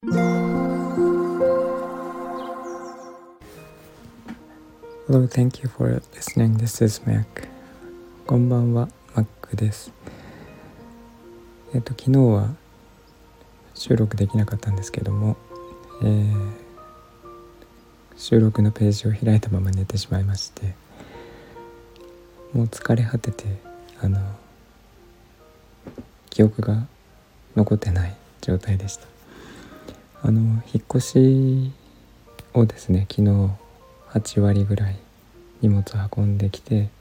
Hello, thank you for listening. This is Mac. こんばんは、Mac です。昨日は収録できなかったんですけども、収録のページを開いたまま寝てしまいまして、もう疲れ果てて記憶が残ってない状態でした。引っ越しをですね、昨日8割ぐらい荷物を運んできて、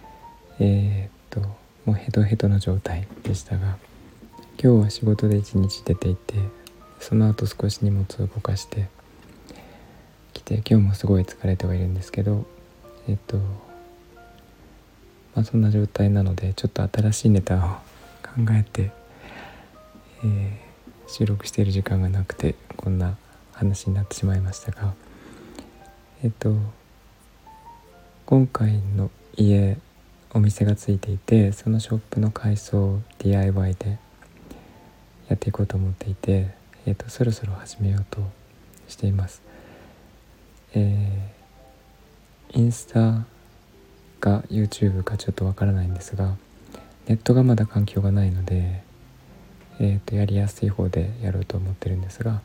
もうヘトヘトの状態でしたが、今日は仕事で一日出ていて、その後少し荷物を動かしてきて、今日もすごい疲れてはいるんですけど、そんな状態なので、ちょっと新しいネタを考えて、収録している時間がなくてこんな話になってしまいましたが、今回の家お店がついていて、そのショップの改装を DIY でやっていこうと思っていて、そろそろ始めようとしています。インスタか YouTube かちょっとわからないんですが、ネットがまだ環境がないので、やりやすい方でやろうと思ってるんですが、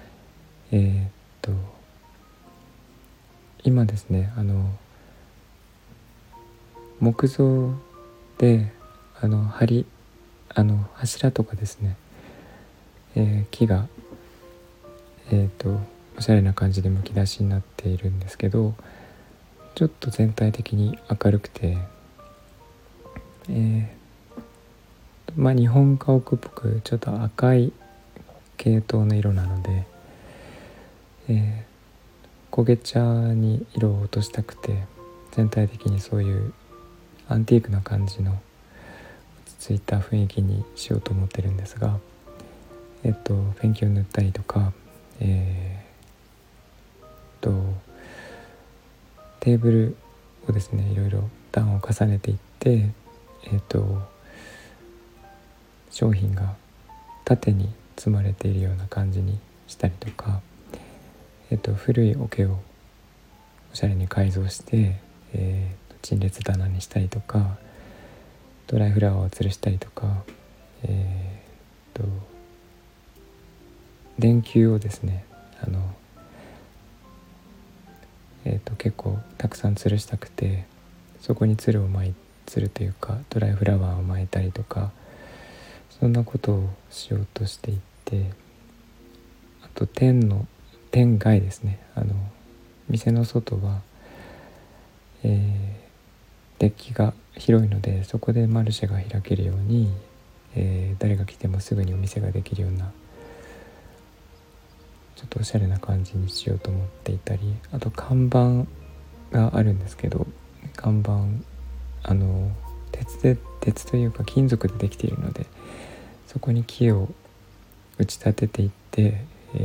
今ですね、木造で柱とかですね、木がおしゃれな感じでむき出しになっているんですけど、ちょっと全体的に明るくて、日本家屋っぽくちょっと赤い系統の色なので、焦げ茶に色を落としたくて、全体的にそういうアンティークな感じの落ち着いた雰囲気にしようと思ってるんですが、ペンキを塗ったりとか、テーブルをですね、いろいろ段を重ねていって、商品が縦に積まれているような感じにしたりとか、古い桶をおしゃれに改造して、陳列棚にしたりとか、ドライフラワーを吊るしたりとか、電球をですね、結構たくさん吊るしたくて、そこに吊るというかドライフラワーを巻いたりとか、そんなことをしようとしていて、あと店外ですね、店の外は、デッキが広いので、そこでマルシェが開けるように、誰が来てもすぐにお店ができるようなちょっとおしゃれな感じにしようと思っていたり、あと看板があるんですけど、看板鉄というか金属でできているので、そこに木を打ち立てていって、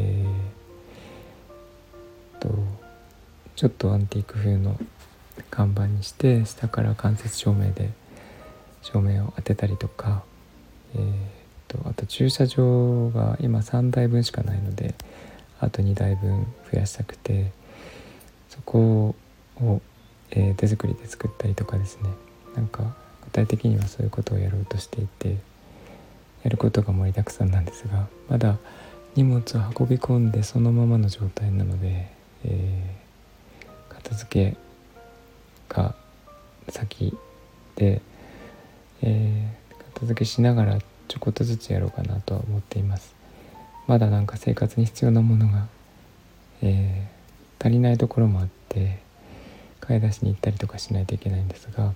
ちょっとアンティーク風の看板にして、下から間接照明で照明を当てたりとか、あと駐車場が今3台分しかないので、あと2台分増やしたくて、そこを、手作りで作ったりとかですね、なんか具体的にはそういうことをやろうとしていて、やることが盛りだくさんなんですが、まだ荷物を運び込んでそのままの状態なので、片付けが先で、片付けしながらちょこっとずつやろうかなとは思っています。まだなんか生活に必要なものが、足りないところもあって、買い出しに行ったりとかしないといけないんですが、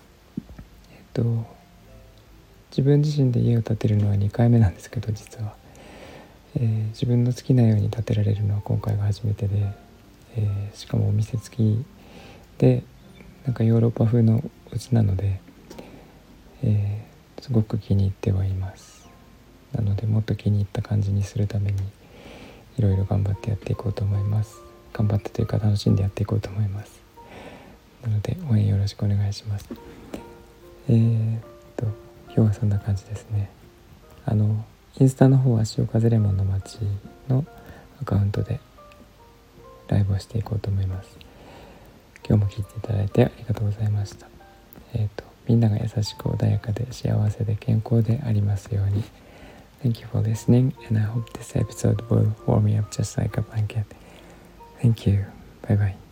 自分自身で家を建てるのは2回目なんですけど、実は、自分の好きなように建てられるのは今回が初めてで、しかもお店付きで、なんかヨーロッパ風のお家なので、すごく気に入ってはいます。なのでもっと気に入った感じにするためにいろいろ頑張ってやっていこうと思います。頑張ってというか楽しんでやっていこうと思います。なので応援よろしくお願いします。今日はそんな感じですね。インスタの方は潮風レモンの街のアカウントでライブをしていこうと思います。今日も聞いていただいてありがとうございました。みんなが優しく穏やかで幸せで健康でありますように。Thank you for listening, and I hope this episode will warm me up just like a blanket. Thank you. Bye bye.